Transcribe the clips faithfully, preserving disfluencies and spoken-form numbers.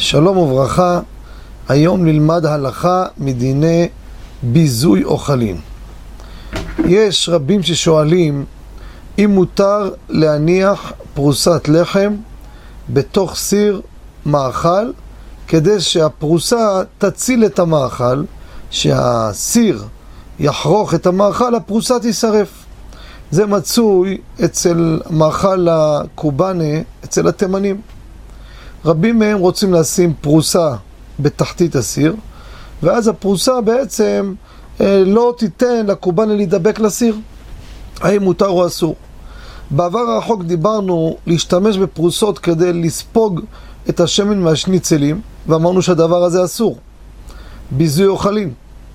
שלום וברכה. היום נלמד הלכה מדיני ביזוי אוכלים. יש רבים ששואלים אם מותר להניח פרוסת לחם בתוך סיר מאכל כדי שהפרוסה תציל את המאכל, שהסיר יחרוך את המאכל, הפרוסה תישרף. זה מצוי אצל מאכל הקובאנה, אצל התימנים. רבים מהם רוצים לשים פרוסה בתחתית הסיר, ואז הפרוסה בעצם אה, לא תיתן לקובאנה להידבק לסיר. האם מותר או אסור? בעבר הרחוק דיברנו להשתמש בפרוסות כדי לספוג את השמן מהשניצלים, ואמרנו שהדבר הזה אסור, ביזוי אוכלים.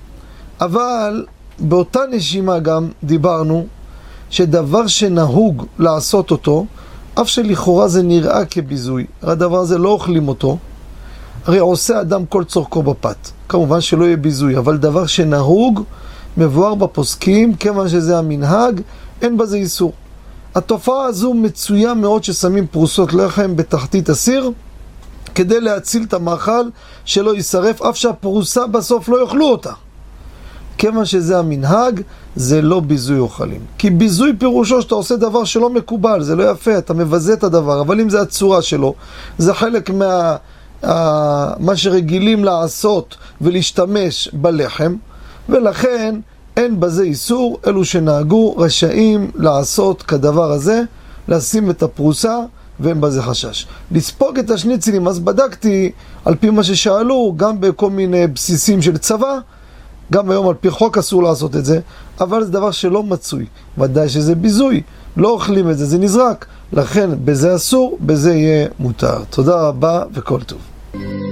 אבל באותה נשימה גם דיברנו שדבר שנהוג לעשות אותו, אף שלכאורה זה נראה כביזוי, הדבר הזה לא אוכלים אותו, הרי עושה אדם כל צורכו בפת. כמובן שלא יהיה ביזוי, אבל דבר שנהוג, מבואר בפוסקים, כיוון שזה המנהג, אין בזה איסור. התופעה הזו מצויה מאוד ששמים פרוסות לחם בתחתית הסיר, כדי להציל את המאכל שלא יישרף, אף שהפרוסה בסוף לא יאכלו אותה. כיוון שזה המנהג, זה לא ביזוי אוכלים. כי ביזוי פירושו שאתה עושה דבר שלא מקובל, זה לא יפה, אתה מבזה את הדבר, אבל אם זה הצורה שלו, זה חלק מה... מה שרגילים לעשות ולהשתמש בלחם, ולכן אין בזה איסור. אלו שנהגו רשאים לעשות כדבר הזה, לשים את הפרוסה, ואין בזה חשש. לספוג את השניצלים, אז בדקתי על פי מה ששאלו, גם בכל מיני בסיסים של צבא, גם היום על פי חוק אסור לעשות את זה, אבל זה דבר שלא מצוי, ודאי שזה ביזוי, לא אוכלים את זה, זה נזרק, לכן בזה אסור, בזה יהיה מותר. תודה רבה וכל טוב.